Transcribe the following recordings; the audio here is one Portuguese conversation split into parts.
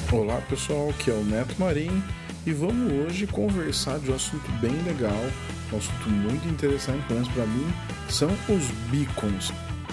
Olá pessoal, aqui é o Neto Marinho e vamos hoje conversar de um assunto bem legal, um assunto muito interessante, pelo menos para mim, são os beacons.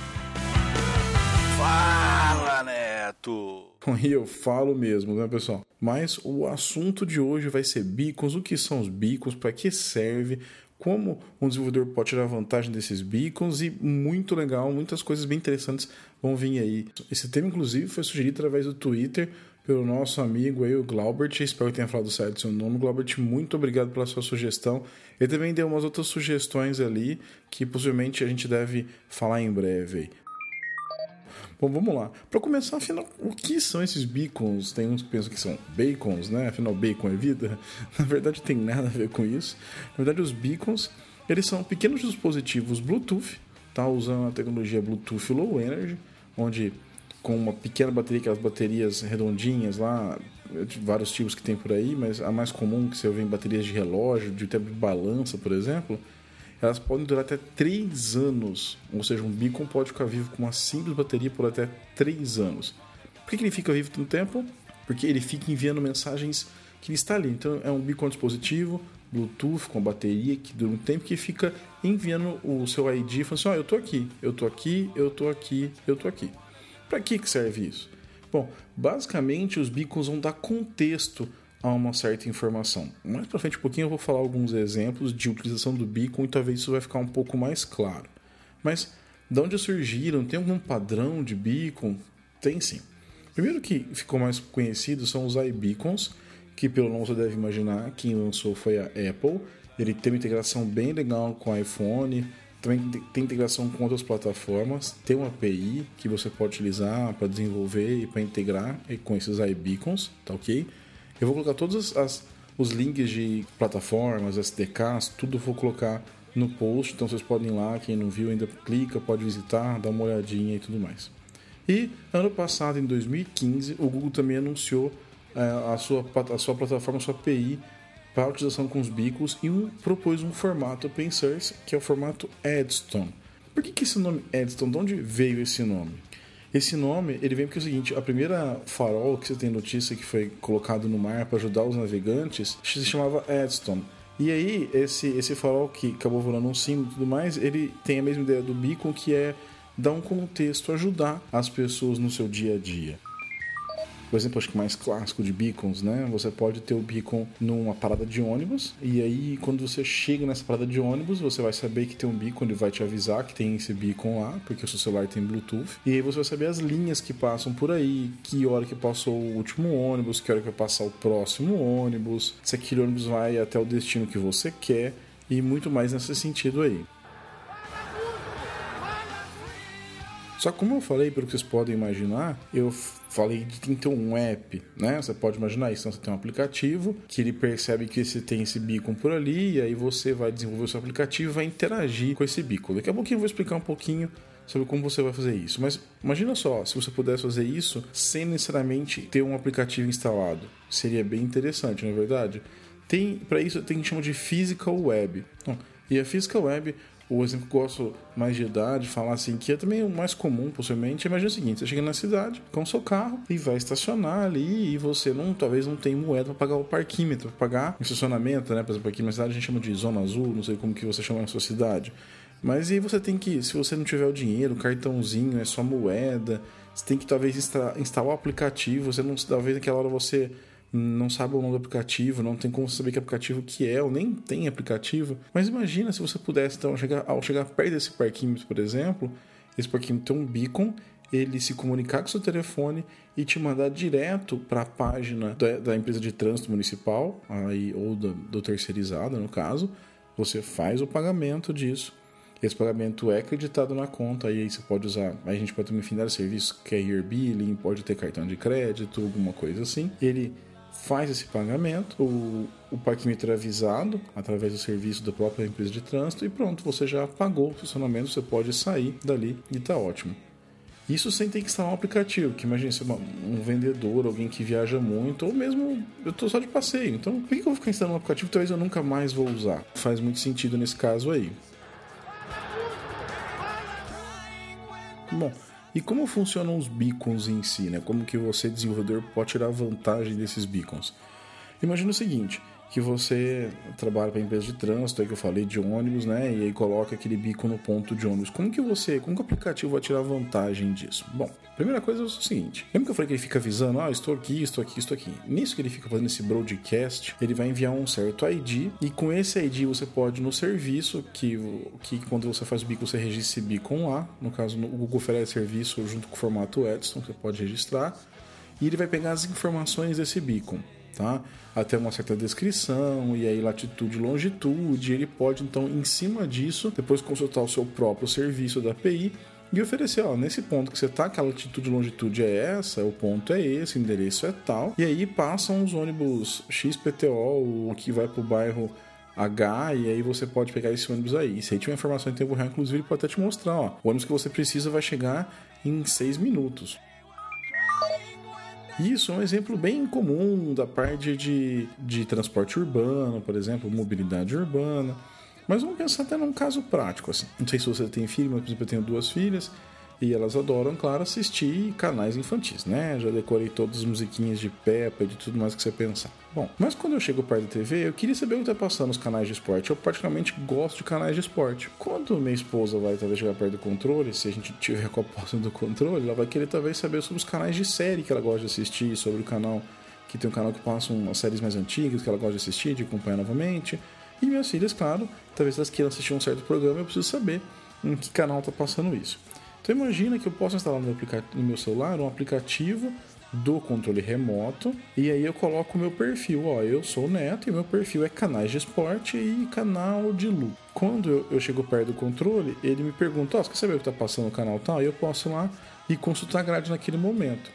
Fala, Neto! E eu falo mesmo, né pessoal? Mas o assunto de hoje vai ser beacons, o que são os beacons, para que serve, como um desenvolvedor pode tirar vantagem desses beacons e muito legal, muitas coisas bem interessantes vão vir aí. Esse tema inclusive foi sugerido através do Twitter pelo nosso amigo aí, o Glaubert. Espero que tenha falado certo o seu nome. Glaubert, muito obrigado pela sua sugestão. Ele também deu umas outras sugestões ali que possivelmente a gente deve falar em breve aí. Bom, vamos lá. Para começar, afinal, o que são esses beacons? Tem uns que pensam que são bacons, né? Afinal, bacon é vida? Na verdade, tem nada a ver com isso. Na verdade, os beacons, eles são pequenos dispositivos Bluetooth, tá? Usando a tecnologia Bluetooth Low Energy, onde com uma pequena bateria, aquelas baterias redondinhas lá, de vários tipos que tem por aí, mas a mais comum que você vê em baterias de relógio, de tempo de balança, por exemplo, elas podem durar até 3 anos. Ou seja, um beacon pode ficar vivo com uma simples bateria por até 3 anos. Por que ele fica vivo tanto tempo? Porque ele fica enviando mensagens que ele está ali. Então é um beacon dispositivo Bluetooth com bateria que dura um tempo, que fica enviando o seu ID, falando assim, eu tô aqui, eu tô aqui, eu tô aqui, eu tô aqui. Para que serve isso? Bom, basicamente os beacons vão dar contexto a uma certa informação. Mais para frente um pouquinho eu vou falar alguns exemplos de utilização do beacon e talvez isso vai ficar um pouco mais claro. Mas de onde surgiram? Tem algum padrão de beacon? Tem sim. Primeiro que ficou mais conhecido são os iBeacons, que pelo nome você deve imaginar, quem lançou foi a Apple. Ele tem uma integração bem legal com o iPhone, também tem integração com outras plataformas, tem uma API que você pode utilizar para desenvolver e para integrar com esses iBeacons, tá ok? Eu vou colocar todos os links de plataformas, SDKs, tudo eu vou colocar no post, então vocês podem ir lá, quem não viu ainda clica, pode visitar, dar uma olhadinha e tudo mais. E ano passado, em 2015, o Google também anunciou a sua plataforma, a sua API, para a utilização com os beacons e propôs um formato open source, que é o formato Eddstone. Por que esse nome Eddstone? De onde veio esse nome? Esse nome ele vem porque é o seguinte, a primeira farol que você tem notícia que foi colocado no mar para ajudar os navegantes se chamava Eddstone. E aí esse farol que acabou virando um símbolo e tudo mais, ele tem a mesma ideia do beacon, que é dar um contexto, ajudar as pessoas no seu dia a dia. Por exemplo, acho que mais clássico de beacons, né? Você pode ter o beacon numa parada de ônibus, e aí quando você chega nessa parada de ônibus, você vai saber que tem um beacon, ele vai te avisar que tem esse beacon lá, porque o seu celular tem Bluetooth, e aí você vai saber as linhas que passam por aí, que hora que passou o último ônibus, que hora que vai passar o próximo ônibus, se aquele ônibus vai até o destino que você quer, e muito mais nesse sentido aí. Só que como eu falei, pelo que vocês podem imaginar, eu falei de tem que ter um app, né? Você pode imaginar isso, então você tem um aplicativo que ele percebe que você tem esse beacon por ali, e aí você vai desenvolver o seu aplicativo e vai interagir com esse beacon. Daqui a pouquinho eu vou explicar um pouquinho sobre como você vai fazer isso. Mas imagina só, se você pudesse fazer isso sem necessariamente ter um aplicativo instalado. Seria bem interessante, não é verdade? Para isso tem o que chama de Physical Web. E a Physical Web, o exemplo que eu gosto mais de dar, de falar assim, que é também o mais comum, possivelmente, imagina o seguinte, você chega na cidade com o seu carro e vai estacionar ali e você talvez não tenha moeda para pagar o parquímetro, para pagar o estacionamento, né? Por exemplo, aqui na cidade a gente chama de zona azul, não sei como que você chama na sua cidade. Mas aí você tem que, se você não tiver o dinheiro, o cartãozinho, é só moeda, você tem que talvez instalar o aplicativo, você não, talvez naquela hora você não sabe o nome do aplicativo, não tem como saber que aplicativo que é, ou nem tem aplicativo. Mas imagina se você pudesse, então, ao chegar perto desse parquímetro, por exemplo, esse parquímetro tem um beacon, ele se comunicar com o seu telefone e te mandar direto para a página da empresa de trânsito municipal, aí, ou do terceirizado, no caso. Você faz o pagamento disso. Esse pagamento é acreditado na conta, aí você pode usar, aí a gente pode ter uma infinidade de serviços, carrier billing, pode ter cartão de crédito, alguma coisa assim. Ele faz esse pagamento, o parquímetro é avisado através do serviço da própria empresa de trânsito e pronto, você já pagou o estacionamento, você pode sair dali e tá ótimo. Isso sem ter que instalar um aplicativo, que imagina se um vendedor, alguém que viaja muito, ou mesmo eu tô só de passeio, então por que eu vou ficar instalando um aplicativo que talvez eu nunca mais vou usar? Faz muito sentido nesse caso aí. Bom, E como funcionam os beacons em si, né? Como que você, desenvolvedor, pode tirar vantagem desses beacons? Imagina o seguinte, que você trabalha para empresa de trânsito, aí que eu falei, de ônibus, né? E aí coloca aquele beacon no ponto de ônibus. Como que o aplicativo vai tirar vantagem disso? Bom, primeira coisa é o seguinte. Lembra que eu falei que ele fica avisando, estou aqui, estou aqui, estou aqui. Nisso que ele fica fazendo esse broadcast, ele vai enviar um certo ID, e com esse ID você pode, no serviço, que quando você faz o beacon, você registra esse beacon lá. No caso, o Google oferece serviço junto com o formato Edson, que você pode registrar. E ele vai pegar as informações desse beacon, tá? Até uma certa descrição, e aí latitude e longitude. Ele pode, então, em cima disso, depois consultar o seu próprio serviço da API e oferecer, nesse ponto que você está, que a latitude e longitude é essa, o ponto é esse, o endereço é tal. E aí passam os ônibus XPTO, o que vai para o bairro H, e aí você pode pegar esse ônibus aí. E se aí tiver informação em tempo real, inclusive, ele pode até te mostrar, o ônibus que você precisa vai chegar em 6 minutos. Isso é um exemplo bem comum da parte de transporte urbano, por exemplo, mobilidade urbana. Mas vamos pensar até num caso prático, assim. Não sei se você tem filho, mas por exemplo, eu tenho 2 filhas e elas adoram, claro, assistir canais infantis, né? Já decorei todas as musiquinhas de Peppa e de tudo mais que você pensar. Bom, mas quando eu chego perto da TV, eu queria saber o que está passando nos canais de esporte. Eu particularmente gosto de canais de esporte. Quando minha esposa vai talvez chegar perto do controle, se a gente tiver com a posse do controle, ela vai querer talvez saber sobre os canais de série que ela gosta de assistir, sobre o canal que tem um canal que passa umas séries mais antigas que ela gosta de assistir, de acompanhar novamente. E minhas filhas, claro, talvez elas queiram assistir um certo programa, eu preciso saber em que canal está passando isso. Então imagina que eu posso instalar no meu celular um aplicativo do controle remoto, e aí eu coloco o meu perfil, eu sou o Neto e meu perfil é canais de esporte e canal de luta. Quando eu chego perto do controle, ele me pergunta, você quer saber o que está passando no canal tal? E eu posso ir lá e consultar a grade naquele momento.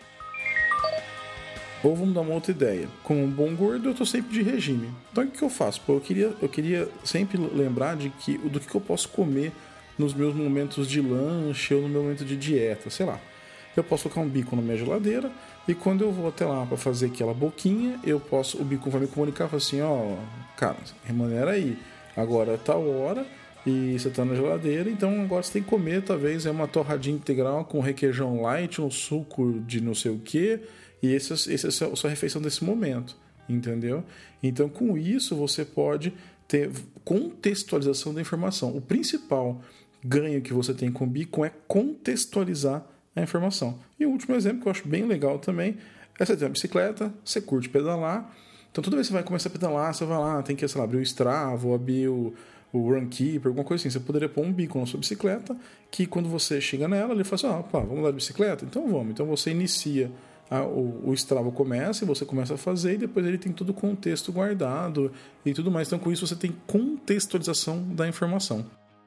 Ou vamos dar uma outra ideia. Como um bom gordo, eu estou sempre de regime. Então o que eu faço? Eu queria sempre lembrar do que eu posso comer nos meus momentos de lanche ou no meu momento de dieta, sei lá. Eu posso colocar um beacon na minha geladeira e quando eu vou até lá para fazer aquela boquinha, o beacon vai me comunicar, fala assim, cara, remunera aí, agora é tal hora e você tá na geladeira, então agora você tem que comer, talvez uma torradinha integral com requeijão light, um suco de não sei o que, e essa é a sua refeição desse momento, entendeu? Então com isso você pode ter contextualização da informação. O principal ganho que você tem com o beacon é contextualizar a informação. E o último exemplo que eu acho bem legal também é você ter uma bicicleta, você curte pedalar, então toda vez que você vai começar a pedalar, você vai lá, tem que, sei lá, abrir o Strava ou abrir o Runkeeper, alguma coisa assim. Você poderia pôr um beacon na sua bicicleta, que quando você chega nela, ele fala assim, vamos andar de bicicleta? Então vamos. Então você inicia, o Strava começa e você começa a fazer, e depois ele tem todo o contexto guardado e tudo mais. Então com isso você tem contextualização da informação.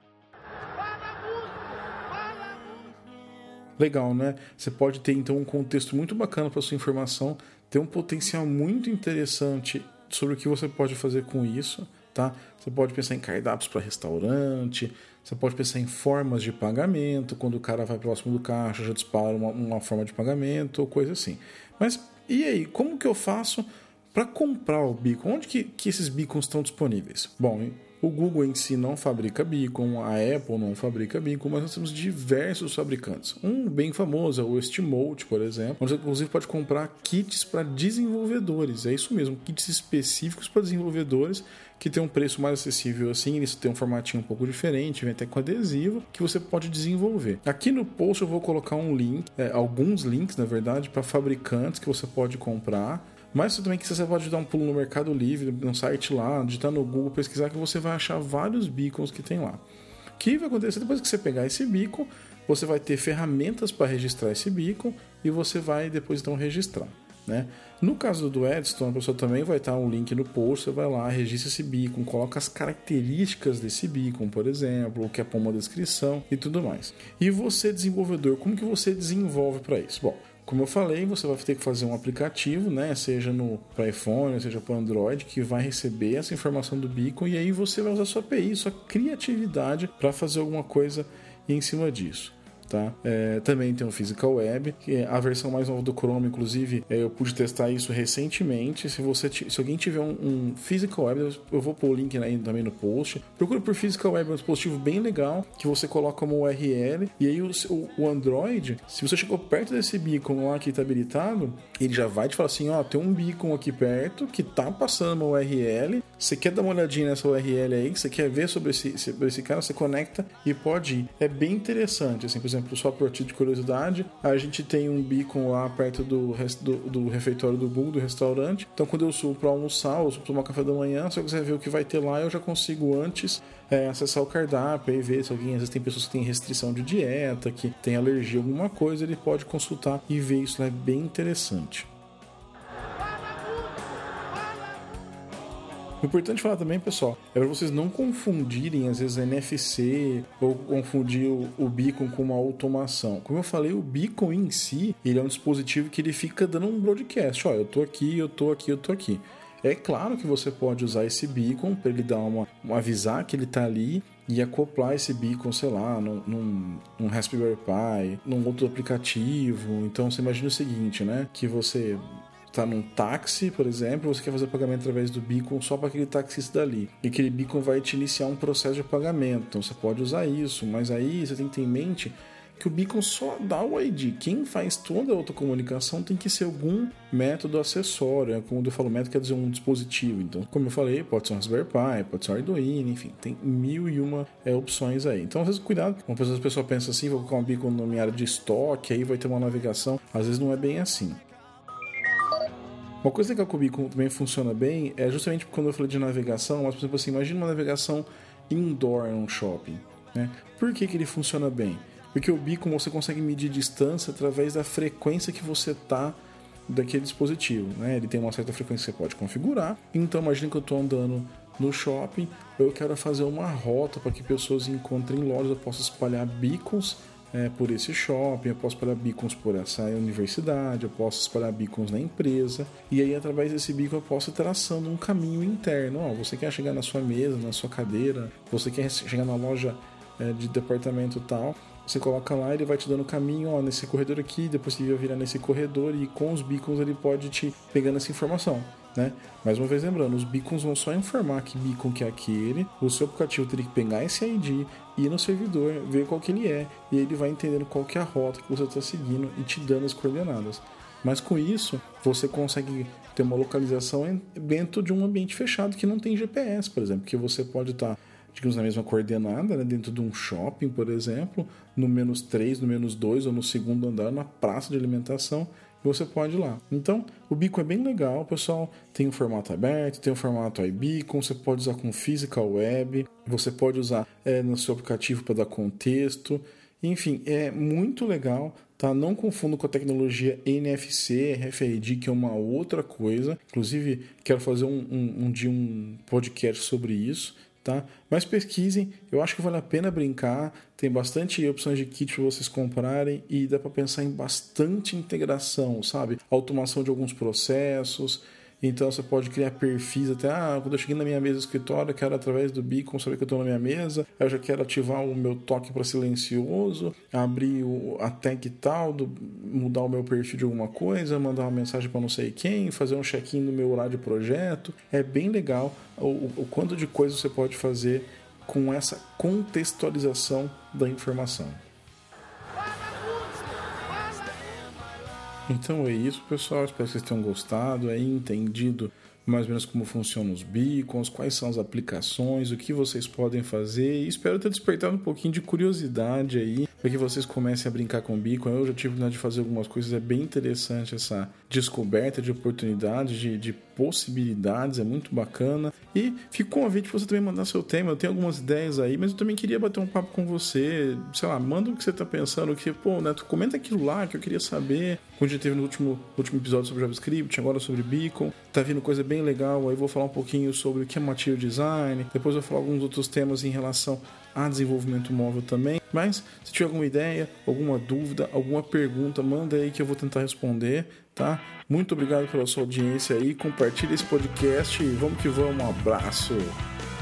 Legal, né? Você pode ter, então, um contexto muito bacana para sua informação, ter um potencial muito interessante sobre o que você pode fazer com isso, tá? Você pode pensar em cardápios para restaurante, você pode pensar em formas de pagamento, quando o cara vai próximo do caixa, já dispara uma forma de pagamento ou coisa assim. Mas, e aí, como que eu faço para comprar o beacon? Onde que esses beacons estão disponíveis? Bom, o Google em si não fabrica beacon, a Apple não fabrica beacon, mas nós temos diversos fabricantes. Um bem famoso é o Estimote, por exemplo, onde você inclusive pode comprar kits para desenvolvedores. É isso mesmo, kits específicos para desenvolvedores que tem um preço mais acessível assim, eles têm um formatinho um pouco diferente, vem até com adesivo, que você pode desenvolver. Aqui no post eu vou colocar um link, alguns links, na verdade, para fabricantes que você pode comprar. Mas também que você pode dar um pulo no Mercado Livre, no site lá, digitar no Google, pesquisar, que você vai achar vários beacons que tem lá. O que vai acontecer depois que você pegar esse beacon, você vai ter ferramentas para registrar esse beacon e você vai depois então registrar, né? No caso do Edson, a pessoa também vai estar um link no post, você vai lá, registra esse beacon, coloca as características desse beacon, por exemplo, o que é uma descrição e tudo mais. E você, desenvolvedor, como que você desenvolve para isso? Bom, como eu falei, você vai ter que fazer um aplicativo, né? Seja para iPhone, seja para Android, que vai receber essa informação do beacon e aí você vai usar sua API, sua criatividade para fazer alguma coisa em cima disso. tá? Também tem o Physical Web, que é a versão mais nova do Chrome, inclusive, eu pude testar isso recentemente. Se alguém tiver um Physical Web, eu vou pôr o link aí também no post. Procura por Physical Web, é um dispositivo bem legal, que você coloca como URL, e aí o Android, se você chegou perto desse beacon lá que está habilitado, ele já vai te falar assim, ó, tem um beacon aqui perto que tá passando uma URL, você quer dar uma olhadinha nessa URL aí, você quer ver sobre esse cara, você conecta e pode ir. É bem interessante, assim, por exemplo, só por título de curiosidade, a gente tem um beacon lá perto do refeitório do Google, do restaurante, então quando eu subo para almoçar, ou subo para tomar café da manhã, se eu quiser ver o que vai ter lá, eu já consigo antes acessar o cardápio e ver se alguém, às vezes tem pessoas que têm restrição de dieta, que tem alergia a alguma coisa, ele pode consultar e ver isso lá, é bem interessante. O importante falar também, pessoal, é para vocês não confundirem, às vezes, NFC ou confundir o beacon com uma automação. Como eu falei, o beacon em si, ele é um dispositivo que ele fica dando um broadcast. Ó, eu tô aqui, eu tô aqui, eu tô aqui. É claro que você pode usar esse beacon para ele dar avisar que ele tá ali e acoplar esse beacon, sei lá, num Raspberry Pi, num outro aplicativo. Então, você imagina o seguinte, né? Que você tá num táxi, por exemplo, você quer fazer o pagamento através do beacon só para aquele taxista dali. E aquele beacon vai te iniciar um processo de pagamento. Então você pode usar isso, mas aí você tem que ter em mente que o beacon só dá o ID. Quem faz toda a outra comunicação tem que ser algum método acessório. Como eu falo, método quer dizer um dispositivo. Então, como eu falei, pode ser um Raspberry Pi, pode ser um Arduino, enfim, tem 1001 opções aí. Então, às vezes, cuidado. Às vezes a pessoa pensa assim, vou colocar um beacon na minha área de estoque, aí vai ter uma navegação. Às vezes não é bem assim. Uma coisa legal que o beacon também funciona bem é justamente quando eu falei de navegação, mas, por exemplo, assim, imagina uma navegação indoor em um shopping, né? Por que ele funciona bem? Porque o beacon você consegue medir distância através da frequência que você está daquele dispositivo, né? Ele tem uma certa frequência que você pode configurar. Então, imagina que eu estou andando no shopping, eu quero fazer uma rota para que pessoas encontrem lojas, eu posso espalhar beacons por esse shopping, eu posso espalhar beacons por essa universidade, eu posso espalhar beacons na empresa, e aí através desse beacon eu posso ir traçando um caminho interno. Você quer chegar na sua mesa, na sua cadeira, você quer chegar na loja de departamento tal, você coloca lá, ele vai te dando o caminho, nesse corredor aqui, depois você vai virar nesse corredor, e com os beacons ele pode te pegando essa informação, né? Mais uma vez lembrando, os beacons vão só informar que beacon que é aquele, o seu aplicativo teria que pegar esse ID, ir no servidor, ver qual que ele é, e ele vai entendendo qual que é a rota que você está seguindo e te dando as coordenadas. Mas com isso, você consegue ter uma localização dentro de um ambiente fechado que não tem GPS, por exemplo, que você pode estar digamos, na mesma coordenada, né, dentro de um shopping, por exemplo, no -3, no -2 ou no segundo andar, na praça de alimentação, você pode ir lá. Então, o beacon é bem legal, pessoal. Tem um formato aberto, tem um formato iBeacon, você pode usar com Physical Web, você pode usar no seu aplicativo para dar contexto. Enfim, é muito legal, tá? Não confunda com a tecnologia NFC, RFID, que é uma outra coisa. Inclusive, quero fazer um dia um podcast sobre isso. Tá? Mas pesquisem, eu acho que vale a pena brincar, tem bastante opções de kit para vocês comprarem e dá para pensar em bastante integração, sabe? Automação de alguns processos, então você pode criar perfis até, quando eu cheguei na minha mesa do escritório, eu quero através do beacon saber que eu estou na minha mesa, eu já quero ativar o meu toque para silencioso, abrir a tag tal, mudar o meu perfil de alguma coisa, mandar uma mensagem para não sei quem, fazer um check-in no meu horário de projeto. É bem legal o quanto de coisa você pode fazer com essa contextualização da informação. Então é isso, pessoal. Espero que vocês tenham gostado, entendido mais ou menos como funcionam os beacons, quais são as aplicações, o que vocês podem fazer. E espero ter despertado um pouquinho de curiosidade aí, para que vocês comecem a brincar com o beacon. Eu já tive a oportunidade de fazer algumas coisas, é bem interessante essa descoberta de oportunidades, de possibilidades, é muito bacana. E fica com o convite para você também mandar seu tema. Eu tenho algumas ideias aí, mas eu também queria bater um papo com você. Sei lá, manda o que você está pensando, que, Neto, comenta aquilo lá que eu queria saber. Como a gente teve no último episódio sobre JavaScript, agora sobre beacon. Tá vindo coisa bem legal, aí vou falar um pouquinho sobre o que é Material Design. Depois eu vou falar alguns outros temas em relação a desenvolvimento móvel também. Mas se tiver alguma ideia, alguma dúvida, alguma pergunta, manda aí que eu vou tentar responder, tá? Muito obrigado pela sua audiência aí, compartilha esse podcast e vamos que vamos, um abraço!